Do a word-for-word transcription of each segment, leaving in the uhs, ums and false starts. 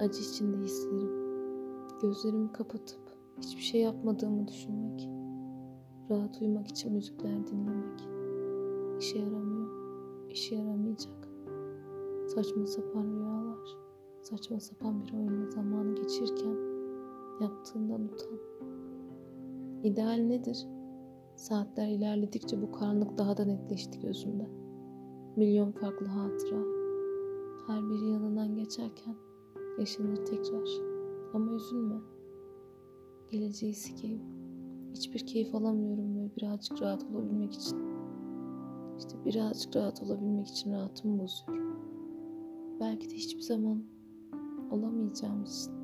acı içinde hislerim. Gözlerimi kapatıp hiçbir şey yapmadığımı düşünmek. Rahat uyumak için müzikler dinlemek. İşe yaramıyor, işe yaramayacak. Saçma sapan rüyalar, saçma sapan bir oyunla zamanı geçirirken yaptığından utan. İdeal nedir? Saatler ilerledikçe bu karanlık daha da netleşti gözümde. Milyon farklı hatıra. Her biri yanından geçerken yaşanır tekrar. Ama üzülme. Geleceği sikeyim. Hiçbir keyif alamıyorum ve birazcık rahat olabilmek için. İşte birazcık rahat olabilmek için rahatımı bozuyorum. Belki de hiçbir zaman olamayacağımız için.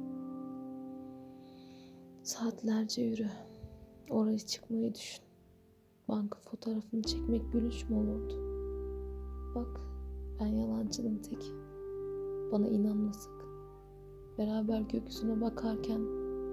Saatlerce yürü. Oraya çıkmayı düşün. Banka fotoğrafını çekmek gülünç mü olurdu? Bak, ben yalancının teki. Bana inanma sakın. Beraber gökyüzüne bakarken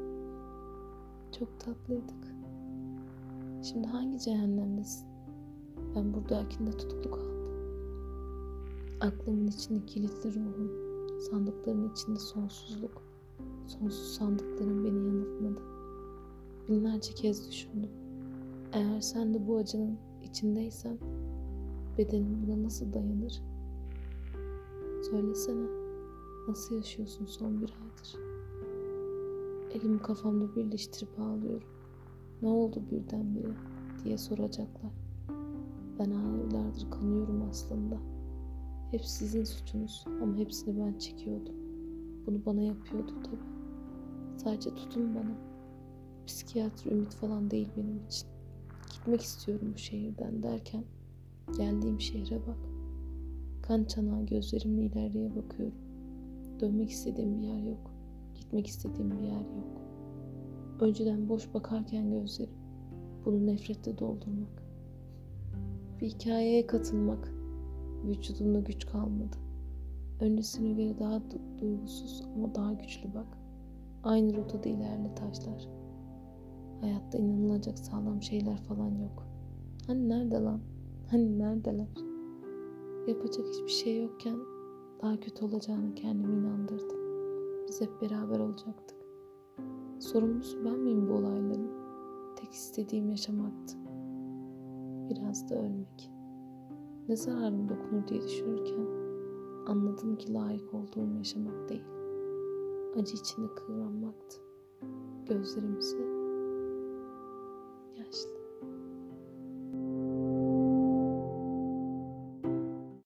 çok tatlıydık. Şimdi hangi cehennemdesin? Ben buradakinde tutuklu kaldım. Aklımın içinde kilitli ruhum, sandıkların içinde sonsuzluk, sonsuz sandıkların beni yanıltmadı. Binlerce kez düşündüm. Eğer sen de bu acının içindeysen, bedenin buna nasıl dayanır? Söylesene, nasıl yaşıyorsun son bir aydır? Elimi kafamda birleştirip ağlıyorum. Ne oldu birdenbire diye soracaklar. Ben aylardır kanıyorum aslında. Hep sizin suçunuz ama hepsini ben çekiyordum. Bunu bana yapıyordu tabii. Sadece tutun bana. Psikiyatri ümit falan değil benim için. Gitmek istiyorum bu şehirden derken geldiğim şehre bak. Kan çanağı gözlerimle ileriye bakıyorum. Dönmek istediğim bir yer yok. Gitmek istediğim bir yer yok. Önceden boş bakarken gözlerim, bunu nefretle doldurmak. Bir hikayeye katılmak. Vücudumda güç kalmadı. Öncesine göre daha du- duygusuz ama daha güçlü bak. Aynı rotada ilerle taşlar. Hayatta inanılacak sağlam şeyler falan yok. Hani nerede lan? Hani neredeler? Yapacak hiçbir şey yokken daha kötü olacağını kendime inandırdım. Biz hep beraber olacaktık. Sorumlusu ben miyim bu olayların? Tek istediğim yaşamaktı. Biraz da ölmek. Ne zararım dokunur diye düşünürken anladım ki layık olduğum yaşamak değil. Acı içinde kıvranmaktı. Gözlerimizi